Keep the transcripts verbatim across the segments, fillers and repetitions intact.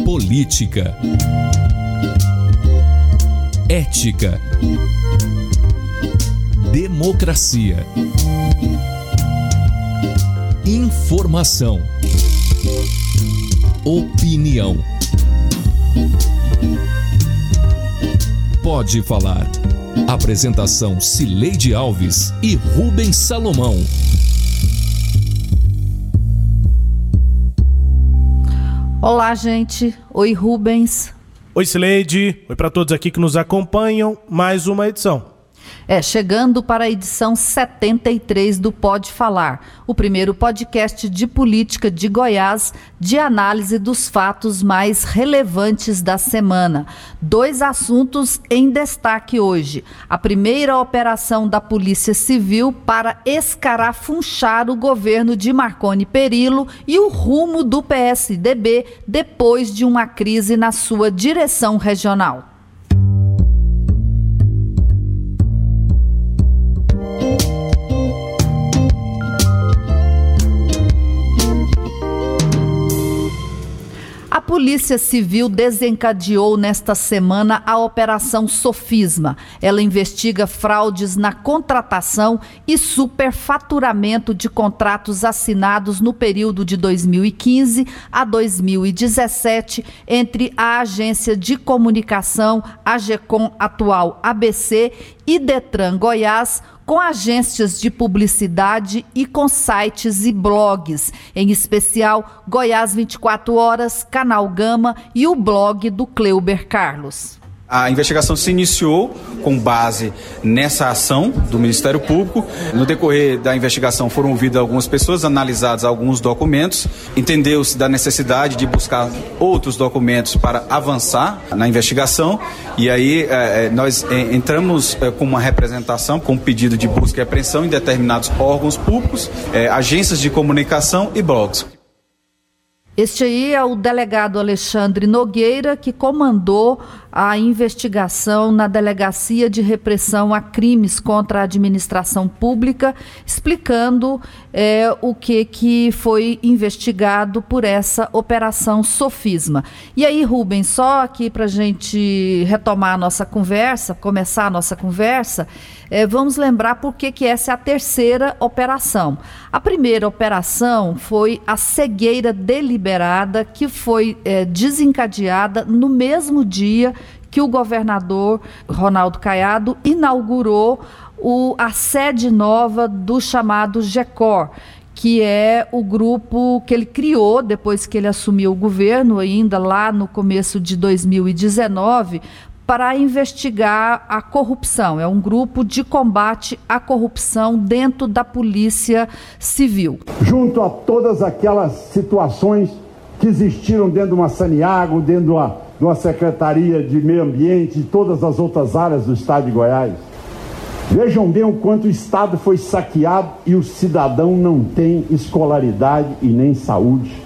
Política. Ética. Democracia. Informação. Opinião. Pode falar. Apresentação Cileide Alves e Rubens Salomão. Olá, gente. Oi, Rubens. Oi, Cileide. Oi para todos aqui que nos acompanham. Mais uma edição. É, chegando para a edição setenta e três do Pode Falar, o primeiro podcast de política de Goiás, de análise dos fatos mais relevantes da semana. Dois assuntos em destaque hoje. A primeira operação da Polícia Civil para escarafunchar o governo de Marconi Perillo e o rumo do P S D B depois de uma crise na sua direção regional. A Polícia Civil desencadeou nesta semana a Operação Sofisma. Ela investiga fraudes na contratação e superfaturamento de contratos assinados no período de dois mil e quinze a dois mil e dezessete entre a Agência de Comunicação, AGECOM, atual A B C, e Detran Goiás, com agências de publicidade e com sites e blogs, em especial Goiás vinte e quatro horas, Canal Gama e o blog do Cleuber Carlos. A investigação se iniciou com base nessa ação do Ministério Público. No decorrer da investigação foram ouvidas algumas pessoas, analisados alguns documentos, entendeu-se da necessidade de buscar outros documentos para avançar na investigação e aí eh, nós eh, entramos eh, com uma representação, com um pedido de busca e apreensão em determinados órgãos públicos, eh, agências de comunicação e blogs. Este aí é o delegado Alexandre Nogueira, que comandou a investigação na Delegacia de Repressão a Crimes contra a Administração Pública, explicando é, o que, que foi investigado por essa Operação Sofisma. E aí, Rubens, só aqui para a gente retomar a nossa conversa, começar a nossa conversa, é, vamos lembrar por que, que essa é a terceira operação. A primeira operação foi a cegueira deliberada, que foi é, desencadeada no mesmo dia que o governador Ronaldo Caiado inaugurou o, a sede nova do chamado GECOR, que é o grupo que ele criou depois que ele assumiu o governo, ainda lá no começo de dois mil e dezenove, para investigar a corrupção. É um grupo de combate à corrupção dentro da Polícia Civil. Junto a todas aquelas situações que existiram dentro de uma Saniago, dentro de uma, de uma Secretaria de Meio Ambiente e todas as outras áreas do Estado de Goiás. Vejam bem o quanto o Estado foi saqueado e o cidadão não tem escolaridade e nem saúde.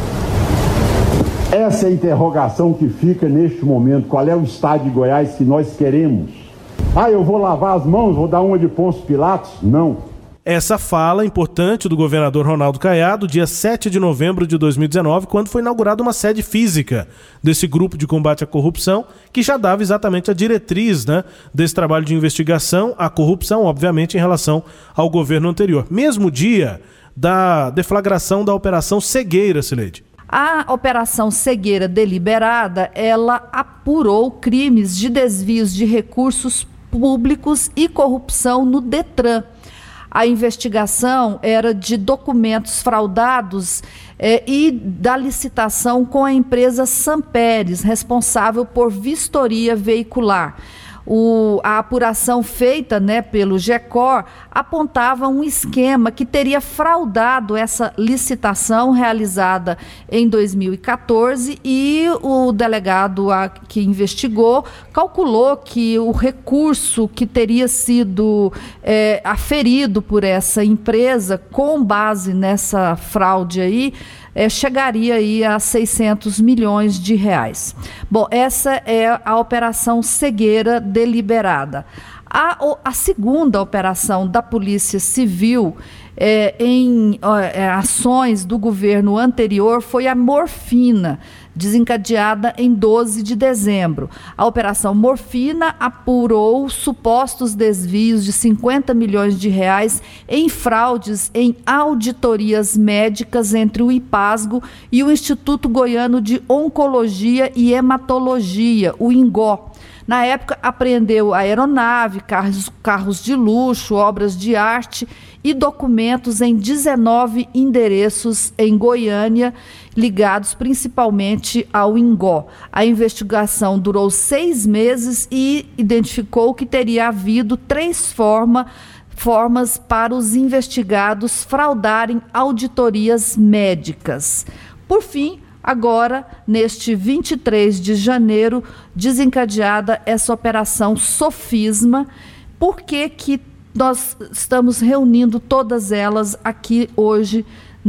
Essa é a interrogação que fica neste momento. Qual é o Estado de Goiás que nós queremos? Ah, eu vou lavar as mãos, vou dar uma de Pôncio Pilatos? Não. Essa fala importante do governador Ronaldo Caiado, dia sete de novembro de dois mil e dezenove, quando foi inaugurada uma sede física desse grupo de combate à corrupção, que já dava exatamente a diretriz, né, desse trabalho de investigação à corrupção, obviamente, em relação ao governo anterior. Mesmo dia da deflagração da Operação Cegueira, Cileide. A Operação Cegueira Deliberada, ela apurou crimes de desvios de recursos públicos e corrupção no Detran. A investigação era de documentos fraudados eh, e da licitação com a empresa Samperes, responsável por vistoria veicular. O, a apuração feita, né, pelo GECOR apontava um esquema que teria fraudado essa licitação realizada em dois mil e catorze e o delegado a, que investigou calculou que o recurso que teria sido é, aferido por essa empresa com base nessa fraude aí É, chegaria aí a seiscentos milhões de reais. Bom, essa é a Operação Cegueira Deliberada. A, a segunda operação da Polícia Civil é, em é, ações do governo anterior foi a Morfina, desencadeada em doze de dezembro. A Operação Morfina apurou supostos desvios de cinquenta milhões de reais em fraudes em auditorias médicas entre o IPASGO e o Instituto Goiano de Oncologia e Hematologia, o INGO. Na época, apreendeu aeronave, carros, carros de luxo, obras de arte e documentos em dezenove endereços em Goiânia, ligados principalmente ao INGO. A investigação durou seis meses e identificou que teria havido três formas formas para os investigados fraudarem auditorias médicas. Por fim, agora, neste vinte e três de janeiro, desencadeada essa operação Sofisma. Por que que nós estamos reunindo todas elas aqui hoje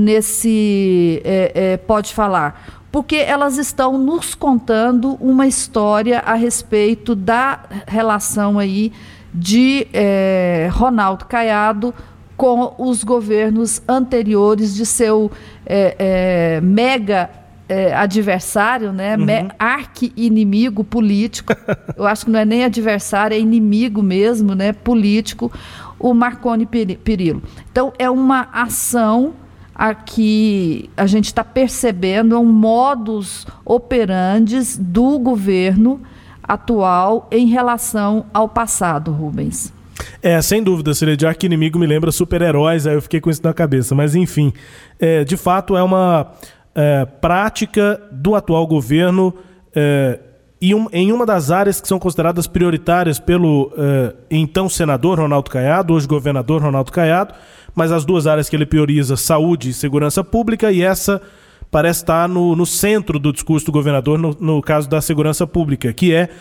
nesse é, é, Pode Falar? Porque elas estão nos contando uma história a respeito da relação aí de é, Ronaldo Caiado com os governos anteriores de seu é, é, mega É, adversário, né? Uhum. Arqui-inimigo político. Eu acho que não é nem adversário, é inimigo mesmo, né? Político, o Marconi Perillo. Então, é uma ação aqui, a gente está percebendo, é um modus operandi do governo atual em relação ao passado, Rubens. É, sem dúvida, seria de arqui-inimigo, me lembra super-heróis, aí eu fiquei com isso na cabeça. Mas, enfim, é, de fato, é uma... É, prática do atual governo é, e um, em uma das áreas que são consideradas prioritárias pelo é, então senador Ronaldo Caiado, hoje governador Ronaldo Caiado, mas as duas áreas que ele prioriza, saúde e segurança pública, e essa parece estar no, no centro do discurso do governador no, no caso da segurança pública, que é,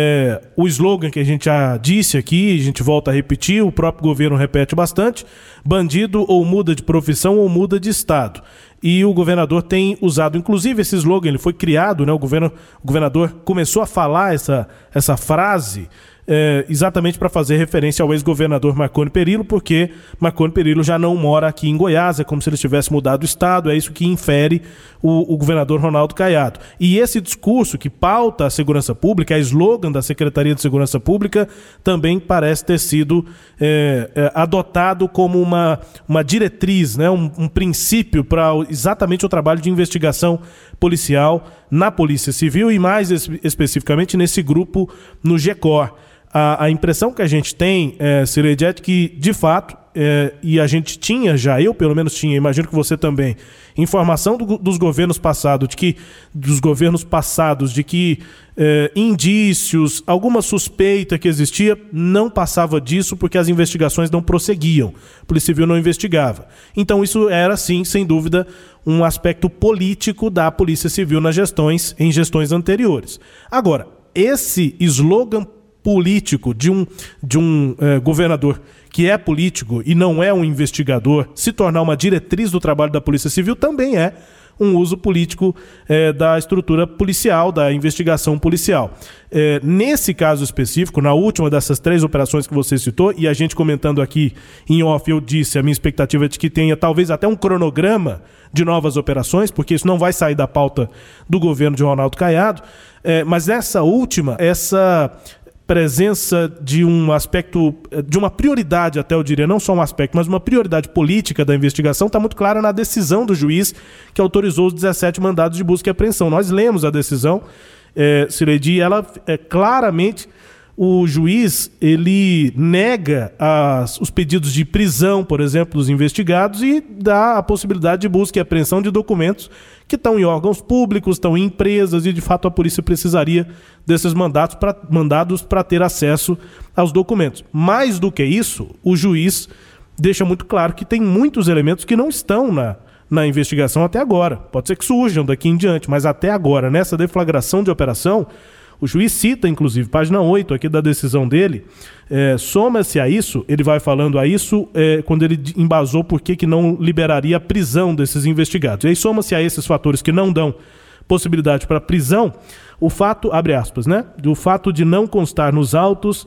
é o slogan que a gente já disse aqui, a gente volta a repetir, o próprio governo repete bastante: bandido ou muda de profissão ou muda de estado. E o governador tem usado, inclusive, esse slogan, ele foi criado, né? O, governo, o governador começou a falar essa, essa frase é, exatamente para fazer referência ao ex-governador Marconi Perillo, porque Marconi Perillo já não mora aqui em Goiás, é como se ele tivesse mudado o estado, é isso que infere o, o governador Ronaldo Caiado. E esse discurso que pauta a segurança pública, a slogan da Secretaria de Segurança Pública, também parece ter sido é, é, adotado como uma, uma diretriz, né? um, um princípio para exatamente o trabalho de investigação policial na Polícia Civil e mais espe- especificamente nesse grupo no GECOR. A, a impressão que a gente tem, é, Cileide, é que, de fato, é, e a gente tinha já, eu pelo menos tinha, imagino que você também, informação do, dos governos passados, de que, dos governos passados, de que é, indícios, alguma suspeita que existia, não passava disso porque as investigações não prosseguiam. A Polícia Civil não investigava. Então isso era, sim, sem dúvida, um aspecto político da Polícia Civil nas gestões, em gestões anteriores. Agora, esse slogan político de um, de um eh, governador que é político e não é um investigador se tornar uma diretriz do trabalho da Polícia Civil também é um uso político eh, da estrutura policial, da investigação policial. Eh, nesse caso específico, na última dessas três operações que você citou, e a gente comentando aqui em off, eu disse, a minha expectativa é de que tenha talvez até um cronograma de novas operações, porque isso não vai sair da pauta do governo de Ronaldo Caiado, eh, mas essa última, essa presença de um aspecto, de uma prioridade até eu diria, não só um aspecto, mas uma prioridade política da investigação está muito clara na decisão do juiz que autorizou os dezessete mandados de busca e apreensão. Nós lemos a decisão, é, Cileide, ela é, claramente o juiz ele nega as, os pedidos de prisão, por exemplo, dos investigados e dá a possibilidade de busca e apreensão de documentos que estão em órgãos públicos, estão em empresas e, de fato, a polícia precisaria desses mandatos pra, mandados para ter acesso aos documentos. Mais do que isso, o juiz deixa muito claro que tem muitos elementos que não estão na, na investigação até agora. Pode ser que surjam daqui em diante, mas até agora, nessa deflagração de operação, o juiz cita, inclusive, página oito aqui da decisão dele, é, soma-se a isso, ele vai falando a isso, é, quando ele embasou por que que não liberaria a prisão desses investigados. E aí soma-se a esses fatores que não dão possibilidade para prisão, o fato, abre aspas, né, do fato de não constar nos autos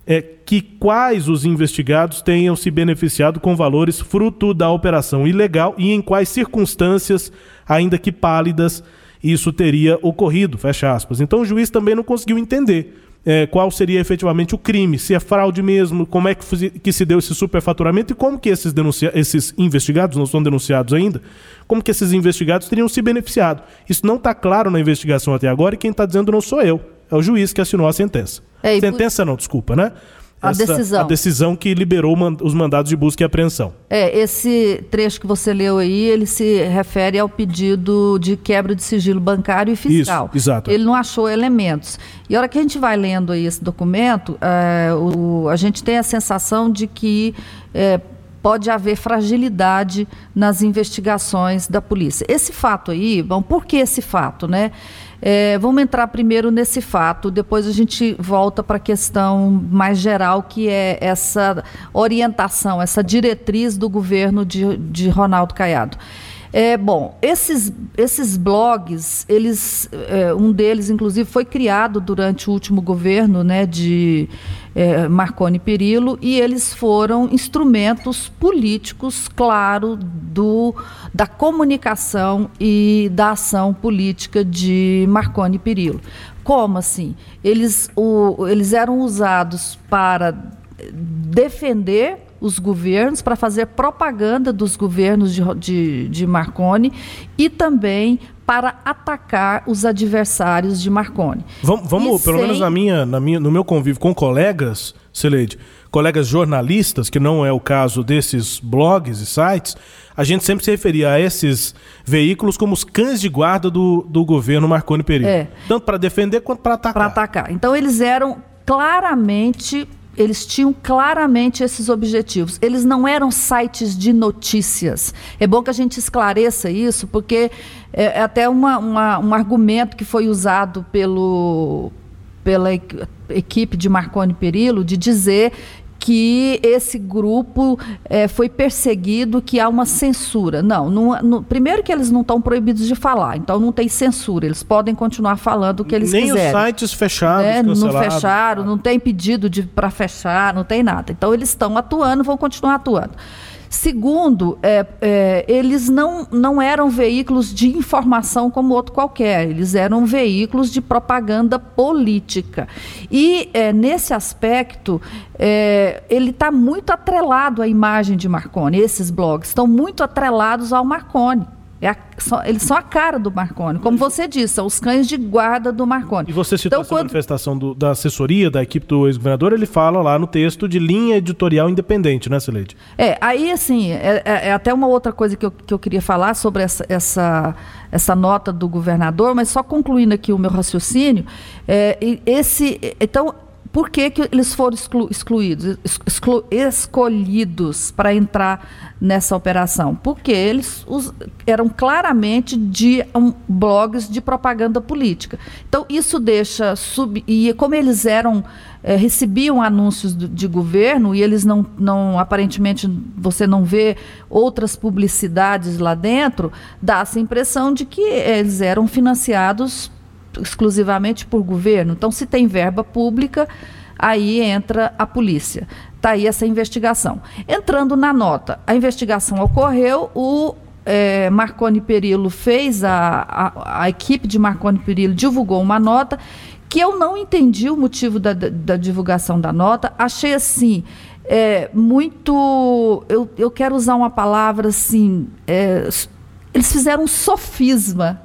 é que quais os investigados tenham se beneficiado com valores fruto da operação ilegal e em quais circunstâncias, ainda que pálidas, isso teria ocorrido, fecha aspas. Então o juiz também não conseguiu entender é, qual seria efetivamente o crime, se é fraude mesmo, como é que, que se deu esse superfaturamento e como que esses, denuncia- esses investigados, não são denunciados ainda, como que esses investigados teriam se beneficiado. Isso não está claro na investigação até agora e quem está dizendo não sou eu, é o juiz que assinou a sentença. É, sentença por... não, desculpa, né? A Essa, decisão. A decisão que liberou os mandados de busca e apreensão. É, esse trecho que você leu aí, ele se refere ao pedido de quebra de sigilo bancário e fiscal. Isso, exato. Ele não achou elementos. E a hora que a gente vai lendo aí esse documento, é, o, a gente tem a sensação de que é, pode haver fragilidade nas investigações da polícia. Esse fato aí, bom, por que esse fato, né? É, vamos entrar primeiro nesse fato, depois a gente volta para a questão mais geral, que é essa orientação, essa diretriz do governo de, de Ronaldo Caiado. É, bom, esses, esses blogs, eles, é, um deles, inclusive, foi criado durante o último governo, né, de é, Marconi Perillo, e eles foram instrumentos políticos, claro, do, da comunicação e da ação política de Marconi Perillo. Como assim? Eles, o, eles eram usados para defender os governos, para fazer propaganda dos governos de, de, de Marconi e também para atacar os adversários de Marconi. Vamos, vamos pelo sem... menos na minha, na minha, no meu convívio com colegas, Cileide, colegas jornalistas, que não é o caso desses blogs e sites, a gente sempre se referia a esses veículos como os cães de guarda do, do governo Marconi Perillo. É. Tanto para defender quanto para atacar. Para atacar. Então eles eram claramente... Eles tinham claramente esses objetivos. Eles não eram sites de notícias. É bom que a gente esclareça isso, porque é até uma, uma, um argumento que foi usado pelo, pela equipe de Marconi Perillo de dizer que esse grupo é, foi perseguido, que há uma censura. Não, não, não, primeiro que eles não estão proibidos de falar, então não tem censura, eles podem continuar falando o que eles Nem quiserem. Nem os sites fechados, é, cancelados. Não fecharam, não tem pedido para fechar, não tem nada. Então eles estão atuando, vão continuar atuando. Segundo, é, é, eles não, não eram veículos de informação como outro qualquer, eles eram veículos de propaganda política. E é, nesse aspecto, é, ele está muito atrelado à imagem de Marconi, esses blogs estão muito atrelados ao Marconi. É a, só, eles são a cara do Marconi, como você disse, são os cães de guarda do Marconi. E você citou então, essa quando... manifestação do, da assessoria da equipe do ex-governador, ele fala lá no texto de linha editorial independente, né, Cileide? É, aí assim, é, é, é até uma outra coisa que eu, que eu queria falar sobre essa, essa, essa nota do governador, mas só concluindo aqui o meu raciocínio, é, esse, então... Por que, que eles foram exclu, excluídos, exclu, escolhidos para entrar nessa operação? Porque eles os, eram claramente de um, blogs de propaganda política. Então, isso deixa... Sub, e como eles eram... É, recebiam anúncios do, de governo e eles não, não... Aparentemente, você não vê outras publicidades lá dentro, dá essa impressão de que eles eram financiados exclusivamente por governo. Então, se tem verba pública, aí entra a polícia. Está aí essa investigação. Entrando na nota, a investigação ocorreu, o é, Marconi Perillo fez, a, a, a equipe de Marconi Perillo divulgou uma nota que eu não entendi o motivo da, da, da divulgação da nota, achei assim, é, muito, eu, eu quero usar uma palavra assim, é, eles fizeram um sofisma.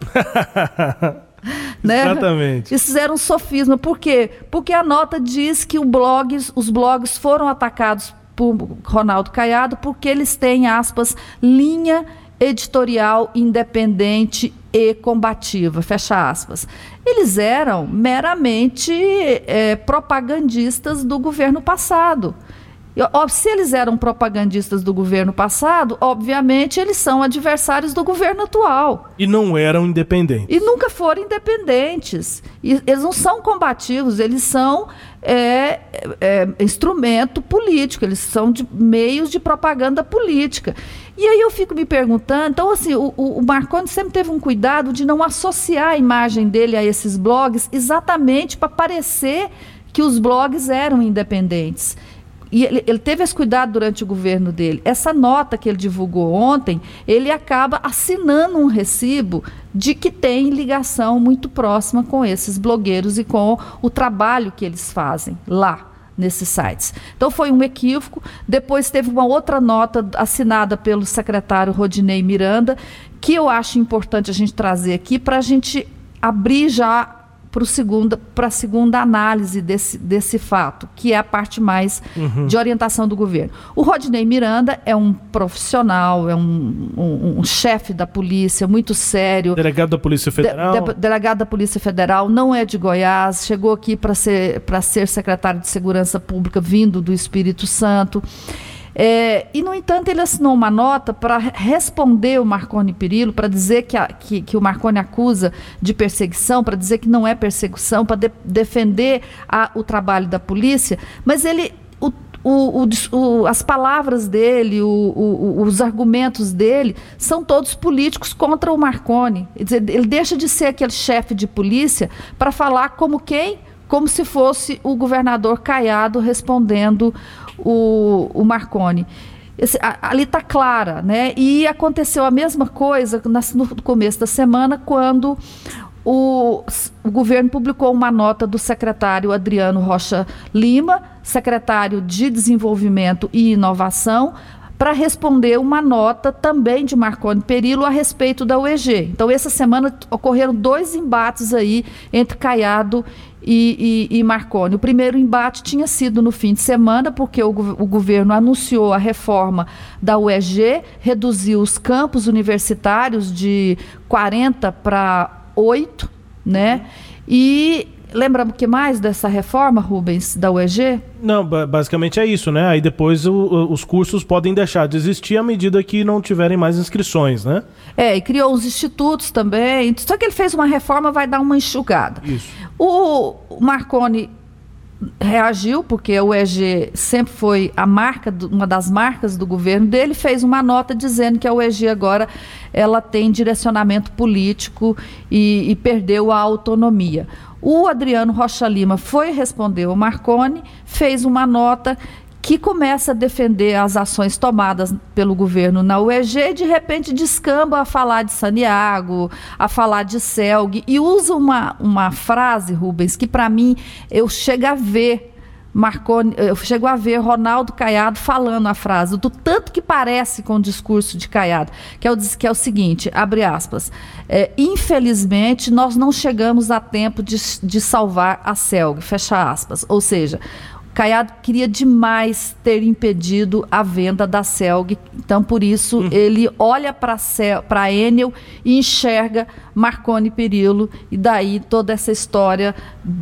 Né? Exatamente. Eles fizeram um sofisma. Por quê? Porque a nota diz que o blogs, os blogs foram atacados por Ronaldo Caiado porque eles têm, aspas, linha editorial independente e combativa, fecha aspas. Eles eram meramente é, propagandistas do governo passado. Se eles eram propagandistas do governo passado, obviamente eles são adversários do governo atual. E não eram independentes. E nunca foram independentes. E eles não são combativos, eles são é, é, instrumento político, eles são de meios de propaganda política. E aí eu fico me perguntando, então assim, o, o Marconi sempre teve um cuidado de não associar a imagem dele a esses blogs exatamente para parecer que os blogs eram independentes. E ele, ele teve esse cuidado durante o governo dele. Essa nota que ele divulgou ontem, ele acaba assinando um recibo de que tem ligação muito próxima com esses blogueiros e com o trabalho que eles fazem lá nesses sites. Então foi um equívoco. Depois teve uma outra nota assinada pelo secretário Rodinei Miranda, que eu acho importante a gente trazer aqui para a gente abrir já para segunda, a segunda análise desse, desse fato, que é a parte mais uhum. de orientação do governo. O Rodinei Miranda é um profissional, é um, um, um chefe da polícia, muito sério. Delegado da Polícia Federal. De, de, delegado da Polícia Federal, não é de Goiás, chegou aqui para ser, para ser secretário de Segurança Pública, vindo do Espírito Santo. É, e, no entanto, ele assinou uma nota para responder o Marconi Perillo, para dizer que, a, que, que o Marconi acusa de perseguição, para dizer que não é perseguição, para de, defender a, o trabalho da polícia, mas ele, o, o, o, o, as palavras dele, o, o, os argumentos dele são todos políticos contra o Marconi. Quer dizer, ele deixa de ser aquele chefe de polícia para falar como quem? Como se fosse o governador Caiado respondendo o, o Marconi. Esse, a, ali está clara, né? E aconteceu a mesma coisa na, no começo da semana, quando o, o governo publicou uma nota do secretário Adriano Rocha Lima, secretário de Desenvolvimento e Inovação, para responder uma nota também de Marconi Perillo a respeito da U E G. Então, essa semana ocorreram dois embates aí entre Caiado e, e, e Marconi. O primeiro embate tinha sido no fim de semana, porque o, o governo anunciou a reforma da U E G, reduziu os campos universitários de quarenta para oito, né? E lembra o que mais dessa reforma, Rubens, da U E G? Não, basicamente é isso, né? Aí depois o, os cursos podem deixar de existir à medida que não tiverem mais inscrições, né? É, e criou os institutos também. Só que ele fez uma reforma, vai dar uma enxugada. Isso. O Marconi reagiu, porque a U E G sempre foi a marca, do, uma das marcas do governo dele, fez uma nota dizendo que a U E G agora ela tem direcionamento político e, e perdeu a autonomia. O Adriano Rocha Lima foi responder ao Marconi, fez uma nota que começa a defender as ações tomadas pelo governo na U E G, e de repente descamba a falar de Santiago, a falar de Celg, e usa uma, uma frase, Rubens, que para mim eu chego a ver Marconi, eu chego a ver Ronaldo Caiado falando a frase, do tanto que parece com o discurso de Caiado, que é o, que é o seguinte, abre aspas, é, infelizmente nós não chegamos a tempo de, de salvar a Celg, fecha aspas, ou seja, Caiado queria demais ter impedido a venda da Celg, então por isso uhum. ele olha para a Enel e enxerga Marconi Perillo, e daí toda essa história,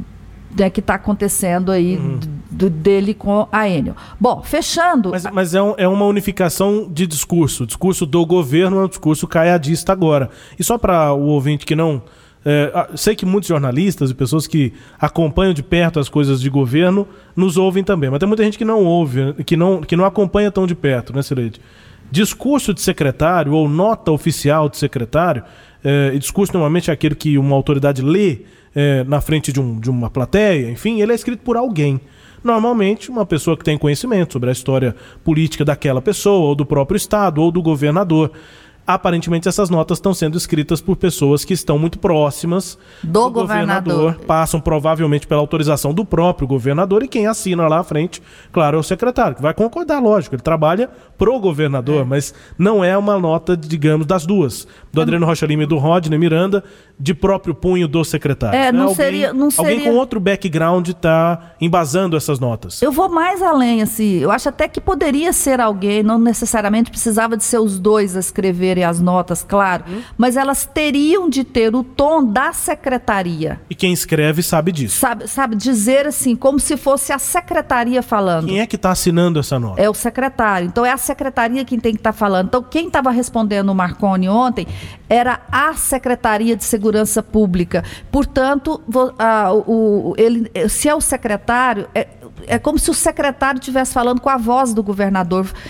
né, que está acontecendo aí uhum. do, dele com a Enel. Bom, fechando... Mas, mas é, um, é uma unificação de discurso. O discurso do governo é um discurso caiadista agora. E só para o ouvinte que não... É, sei que muitos jornalistas e pessoas que acompanham de perto as coisas de governo nos ouvem também, mas tem muita gente que não ouve, que não, que não acompanha tão de perto, né, Cileide? Discurso de secretário ou nota oficial de secretário, é, e discurso normalmente é aquele que uma autoridade lê é, na frente de, um, de uma plateia, enfim, ele é escrito por alguém. Normalmente uma pessoa que tem conhecimento sobre a história política daquela pessoa, ou do próprio estado, ou do governador. Aparentemente essas notas estão sendo escritas por pessoas que estão muito próximas do, do governador. governador, passam provavelmente pela autorização do próprio governador, e quem assina lá à frente, claro, é o secretário, que vai concordar, lógico, ele trabalha pro governador, é. mas não é uma nota, digamos, das duas, do Adriano Rocha Lima e do Rodinei Miranda, de próprio punho do secretário. É, não, alguém, seria, não seria... Alguém com outro background está embasando essas notas. Eu vou mais além, assim, eu acho até que poderia ser alguém, não necessariamente precisava de ser os dois a escreverem as notas, claro, hum. mas elas teriam de ter o tom da secretaria. E quem escreve sabe disso. Sabe, sabe dizer assim, como se fosse a secretaria falando. Quem é que está assinando essa nota? É o secretário. Então é a secretaria quem tem que estar tá falando. Então quem estava respondendo o Marconi ontem era a Secretaria de Segurança Pública. Portanto, a, o, ele, se é o secretário, é, é como se o secretário estivesse falando com a voz do governador,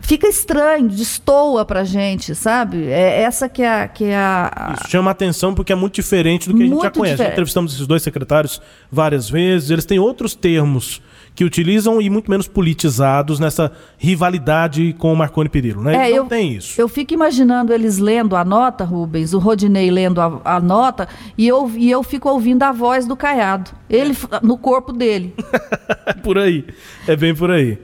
fica estranho, destoa pra gente, sabe? É essa que é a... Que é a... Isso chama atenção porque é muito diferente do que a gente Muito já conhece. diferente. Entrevistamos esses dois secretários várias vezes, eles têm outros termos que utilizam e muito menos politizados nessa rivalidade com o Marconi Perillo, né? É, Eles não eu, tem isso. Eu fico imaginando eles lendo a nota, Rubens, o Rodinei lendo a, a nota, e eu, e eu fico ouvindo a voz do Caiado, ele no corpo dele. Por aí, é bem por aí.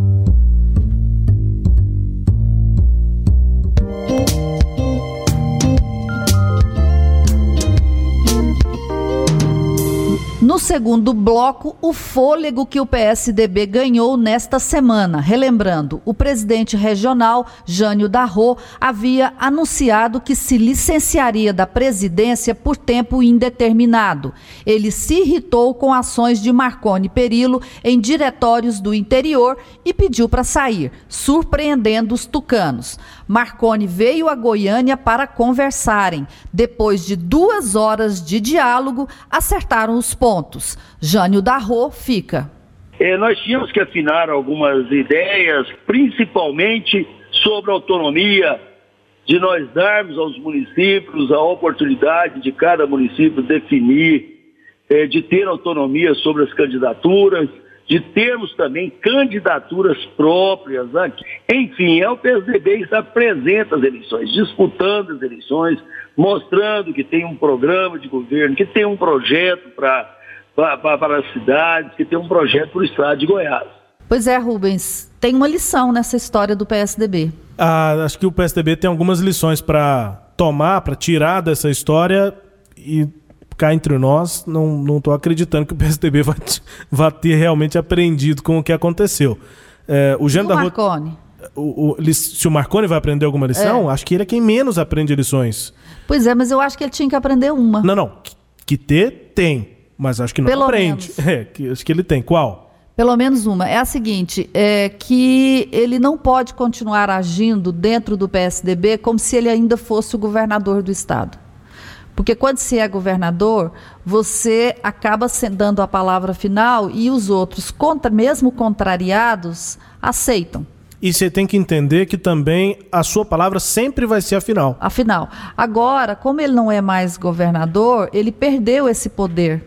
No segundo bloco, o fôlego que o P S D B ganhou nesta semana. Relembrando, o presidente regional, Jânio Darro, havia anunciado que se licenciaria da presidência por tempo indeterminado. Ele se irritou com ações de Marconi Perillo em diretórios do interior e pediu para sair, surpreendendo os tucanos. Marconi veio a Goiânia para conversarem. Depois de duas horas de diálogo, acertaram os pontos. Jânio Darro fica. É, nós tínhamos que afinar algumas ideias, principalmente sobre a autonomia, de nós darmos aos municípios a oportunidade de cada município definir, é, de ter autonomia sobre as candidaturas, de termos também candidaturas próprias aqui. Enfim, é o P S D B que está presente às eleições, disputando as eleições, mostrando que tem um programa de governo, que tem um projeto para para as cidades, que tem um projeto para o estado de Goiás. Pois é, Rubens, tem uma lição nessa história do P S D B. Ah, acho que o P S D B tem algumas lições para tomar, para tirar dessa história e... cá entre nós, não não estou acreditando que o P S D B vai, vai ter realmente aprendido com o que aconteceu. É, o Jânio Darro, Marconi. O, o, se o Marconi vai aprender alguma lição, é. Acho que ele é quem menos aprende lições. Pois é, mas eu acho que ele tinha que aprender uma. Não, não. Que, que ter, tem. Mas acho que não Pelo aprende. Menos. É, que, acho que ele tem. Qual? Pelo menos uma. É a seguinte, é que ele não pode continuar agindo dentro do P S D B como se ele ainda fosse o governador do estado. Porque quando você é governador, você acaba dando a palavra final e os outros, contra, mesmo contrariados, aceitam. E você tem que entender que também a sua palavra sempre vai ser a final. A final. Agora, como ele não é mais governador, ele perdeu esse poder.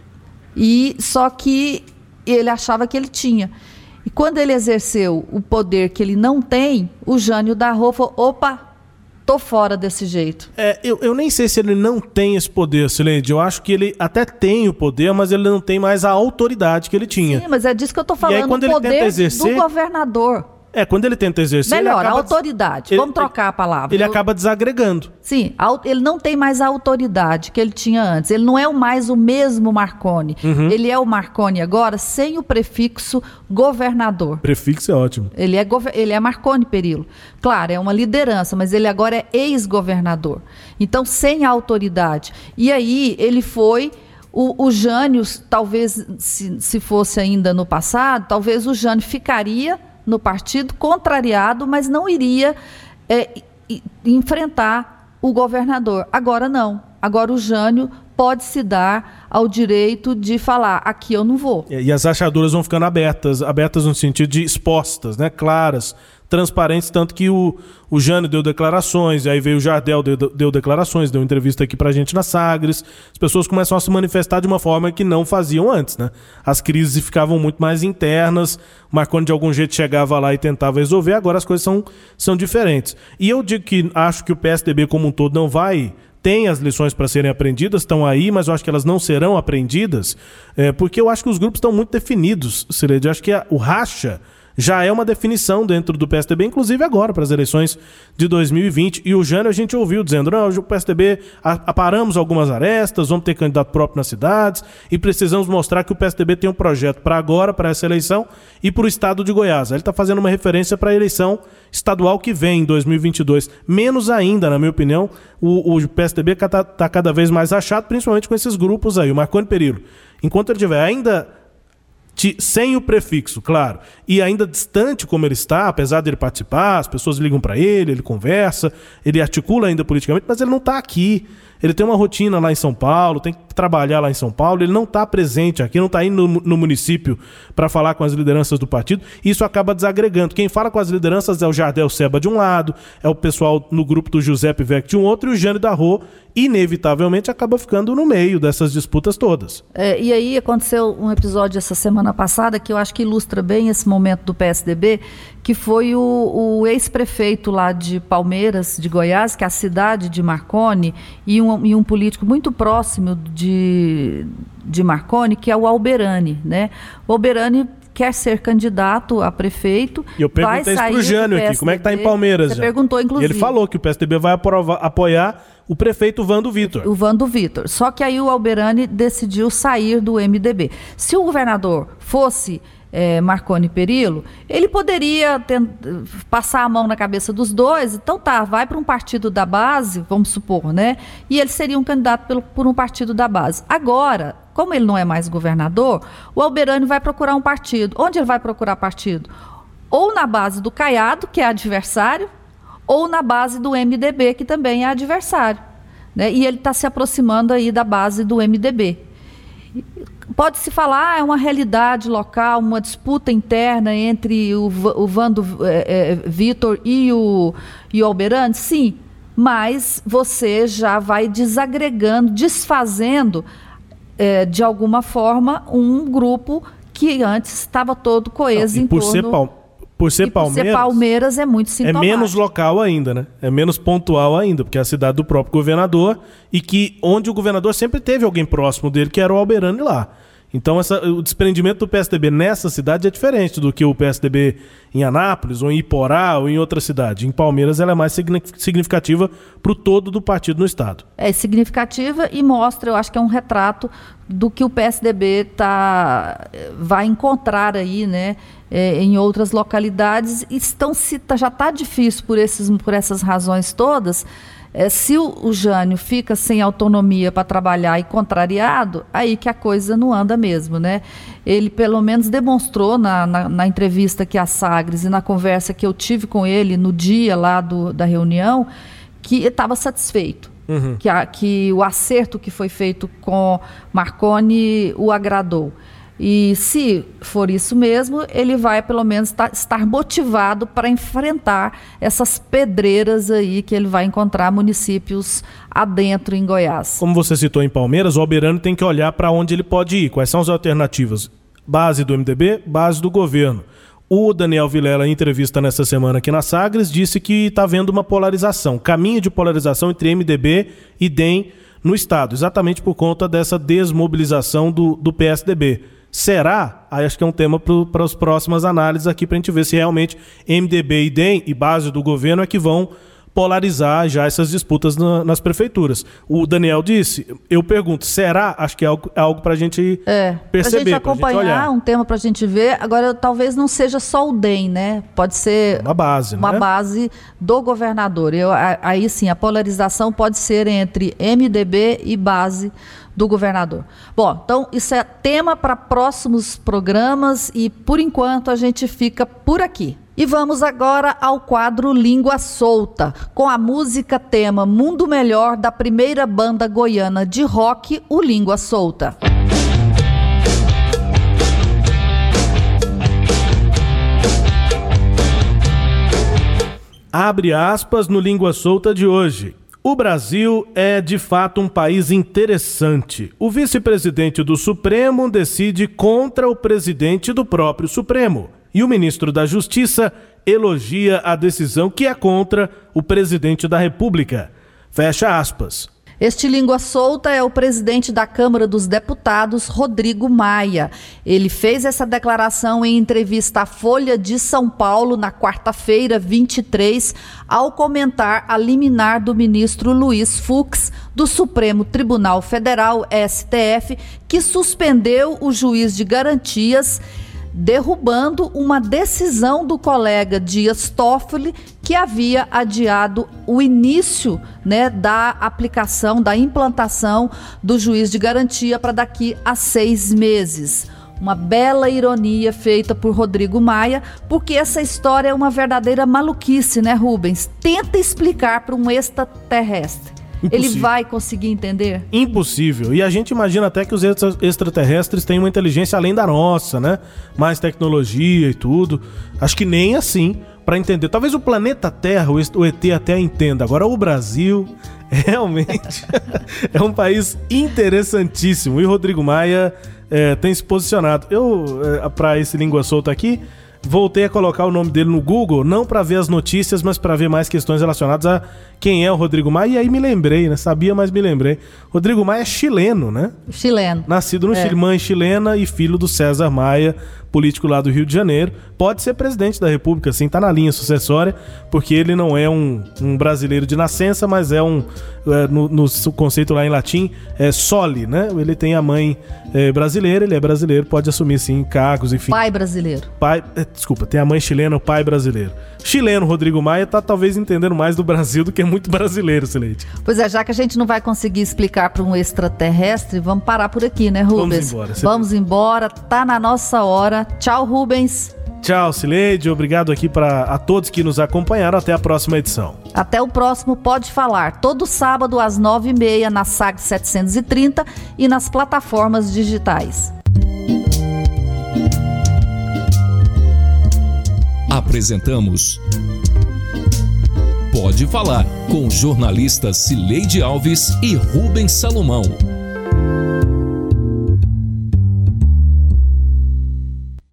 E só que ele achava que ele tinha. E quando ele exerceu o poder que ele não tem, o Jânio Darro falou, opa, tô fora desse jeito. É, eu, eu nem sei se ele não tem esse poder, Sileide. Eu acho que ele até tem o poder, mas ele não tem mais a autoridade que ele tinha. Sim, mas é disso que eu tô falando, e aí, quando o ele poder tenta exercer, do governador. É, quando ele tenta exercer... Melhor, ele acaba, a autoridade. Ele, Vamos trocar a palavra. Ele eu, acaba desagregando. Sim, ele não tem mais a autoridade que ele tinha antes. Ele não é mais o mesmo Marconi. Uhum. Ele é o Marconi agora sem o prefixo governador. Prefixo é ótimo. Ele é, ele é Marconi Perillo. Claro, é uma liderança, mas ele agora é ex-governador. Então, sem a autoridade. E aí, ele foi... O, o Jânio, talvez, se, se fosse ainda no passado, talvez o Jânio ficaria no partido, contrariado, mas não iria é, enfrentar o governador. Agora não. Agora o Jânio pode se dar ao direito de falar, aqui eu não vou. E as achaduras vão ficando abertas, abertas no sentido de expostas, né? Claras, transparentes, tanto que o, o Jânio deu declarações, e aí veio o Jardel, deu, deu declarações, deu entrevista aqui pra gente na Sagres. As pessoas começam a se manifestar de uma forma que não faziam antes, né? As crises ficavam muito mais internas, o Marconi de algum jeito chegava lá e tentava resolver, agora as coisas são, são diferentes. E eu digo que acho que o P S D B como um todo não vai... Tem as lições para serem aprendidas, estão aí, mas eu acho que elas não serão aprendidas, é, porque eu acho que os grupos estão muito definidos, Sileide. Eu acho que a, o racha já é uma definição dentro do P S D B, inclusive agora, para as eleições de dois mil e vinte. E o Jânio a gente ouviu dizendo, não, o P S D B aparamos algumas arestas, vamos ter candidato próprio nas cidades e precisamos mostrar que o P S D B tem um projeto para agora, para essa eleição e para o estado de Goiás. Ele está fazendo uma referência para a eleição estadual que vem em dois mil e vinte e dois. Menos ainda, na minha opinião, o, o P S D B está tá cada vez mais achado, principalmente com esses grupos aí, o Marconi Perillo. Enquanto ele tiver ainda... sem o prefixo, claro, e ainda distante como ele está, apesar dele participar, as pessoas ligam para ele, ele conversa, ele articula ainda politicamente, mas ele não está aqui. ele tem uma rotina lá em São Paulo, tem que trabalhar lá em São Paulo, ele não está presente aqui, não está indo no, no município para falar com as lideranças do partido, e isso acaba desagregando. Quem fala com as lideranças é o Jardel Seba de um lado, é o pessoal no grupo do Giuseppe Vec de um outro, e o Jânio Darro, inevitavelmente, acaba ficando no meio dessas disputas todas. É, e aí aconteceu um episódio essa semana passada que eu acho que ilustra bem esse momento do P S D B, que foi o, o ex-prefeito lá de Palmeiras, de Goiás, que é a cidade de Marconi, e um, e um político muito próximo de, de Marconi, que é o Alberani, né? O Alberani quer ser candidato a prefeito. E eu perguntei isso pro Jânio aqui, como é que tá em Palmeiras? Você já? perguntou, inclusive. E ele falou que o P S D B vai aprovar, apoiar o prefeito Vando Vitor. O Vando Vitor. Só que aí o Alberani decidiu sair do M D B. Se o governador fosse é, Marconi Perillo, ele poderia ter, passar a mão na cabeça dos dois. Então tá, vai para um partido da base, vamos supor, né? E ele seria um candidato pelo, por um partido da base. Agora, como ele não é mais governador, o Alberani vai procurar um partido. Onde ele vai procurar partido? Ou na base do Caiado, que é adversário, ou na base do M D B, que também é adversário, né? E ele está se aproximando aí da base do M D B. Pode-se falar, ah, é uma realidade local, uma disputa interna entre o, o Vando é, é, Vitor e o, e o Alberani? Sim, mas você já vai desagregando, desfazendo, é, de alguma forma, um grupo que antes estava todo coeso Não, em por torno... Ser Pal... Por ser, e por Palmeiras, ser Palmeiras é muito sintomático. É menos local ainda, né? É menos pontual ainda, porque é a cidade do próprio governador, e que onde o governador sempre teve alguém próximo dele, que era o Alberani lá. Então essa, o desprendimento do P S D B nessa cidade é diferente do que o P S D B em Anápolis, ou em Iporá, ou em outra cidade. Em Palmeiras ela é mais significativa para o todo do partido no estado. É significativa e mostra, eu acho que é um retrato do que o P S D B tá, vai encontrar aí, né, é, em outras localidades. Estão, já está difícil por, esses, por essas razões todas. É, se o, o Jânio fica sem autonomia para trabalhar e contrariado, aí que a coisa não anda mesmo, né? Ele pelo menos demonstrou na, na, na entrevista que a Sagres e na conversa que eu tive com ele no dia lá do, da reunião, que estava satisfeito. Uhum. Que, a, que o acerto que foi feito com Marconi o agradou. E se for isso mesmo, ele vai pelo menos tá, estar motivado para enfrentar essas pedreiras aí que ele vai encontrar municípios adentro em Goiás. Como você citou em Palmeiras, o Alberani tem que olhar para onde ele pode ir. Quais são as alternativas? Base do M D B, base do governo. O Daniel Vilela, em entrevista nessa semana aqui na Sagres, disse que está havendo uma polarização, caminho de polarização entre M D B e D E M no estado, exatamente por conta dessa desmobilização do, do P S D B. Será? Aí acho que é um tema para as próximas análises aqui, para a gente ver se realmente M D B e D E M e base do governo é que vão polarizar já essas disputas na, nas prefeituras. O Daniel disse, eu pergunto, será? Acho que é algo, é algo para a gente é, perceber, para a gente acompanhar, gente um tema para a gente ver. Agora, talvez não seja só o D E M, né? Pode ser uma base, uma né? base do governador. Eu, aí sim, a polarização pode ser entre M D B e base do governador. Bom, então isso é tema para próximos programas e, por enquanto, a gente fica por aqui. E vamos agora ao quadro Língua Solta, com a música tema Mundo Melhor da primeira banda goiana de rock, o Língua Solta. Abre aspas no Língua Solta de hoje. O Brasil é, de fato, um país interessante. O vice-presidente do Supremo decide contra o presidente do próprio Supremo. E o ministro da Justiça elogia a decisão que é contra o presidente da República. Fecha aspas. Este Língua Solta é o presidente da Câmara dos Deputados, Rodrigo Maia. Ele fez essa declaração em entrevista à Folha de São Paulo na quarta-feira, vinte e três, ao comentar a liminar do ministro Luiz Fux, do Supremo Tribunal Federal, S T F, que suspendeu o juiz de garantias, derrubando uma decisão do colega Dias Toffoli, que havia adiado o início, né, da aplicação, da implantação do juiz de garantia para daqui a seis meses. Uma bela ironia feita por Rodrigo Maia, porque essa história é uma verdadeira maluquice, né, Rubens? Tenta explicar para um extraterrestre. Ele vai conseguir entender? Impossível. E a gente imagina até que os extra- extraterrestres têm uma inteligência além da nossa, né? Mais tecnologia e tudo. Acho que nem assim para entender. Talvez o planeta Terra, o E T até entenda. Agora o Brasil realmente é um país interessantíssimo. E o Rodrigo Maia é, tem se posicionado. Eu, é, para esse Língua Solta aqui, voltei a colocar o nome dele no Google, não para ver as notícias, mas para ver mais questões relacionadas a quem é o Rodrigo Maia. E aí me lembrei, né? Sabia, mas me lembrei. Rodrigo Maia é chileno, né? Chileno. Nascido no é. Chile, mãe chilena e filho do César Maia, político lá do Rio de Janeiro. Pode ser presidente da República, sim, tá na linha sucessória, porque ele não é um, um brasileiro de nascença, mas é um, é, no, no conceito lá em latim, é soli, né? Ele tem a mãe é, brasileira, ele é brasileiro, pode assumir, sim, cargos, enfim. Pai brasileiro. Pai, é, desculpa, tem a mãe chilena, o pai brasileiro. Chileno, Rodrigo Maia, tá talvez entendendo mais do Brasil do que muito brasileiro, Sileide. Pois é, já que a gente não vai conseguir explicar para um extraterrestre, vamos parar por aqui, né, Rubens? Vamos embora. Vamos embora, tá na nossa hora. Tchau, Rubens. Tchau, Sileide. Obrigado aqui para a todos que nos acompanharam. Até a próxima edição. Até o próximo Pode Falar, todo sábado às nove e meia na S A G setecentos e trinta e nas plataformas digitais. Apresentamos Pode Falar, com jornalistas Sileide Alves e Rubens Salomão.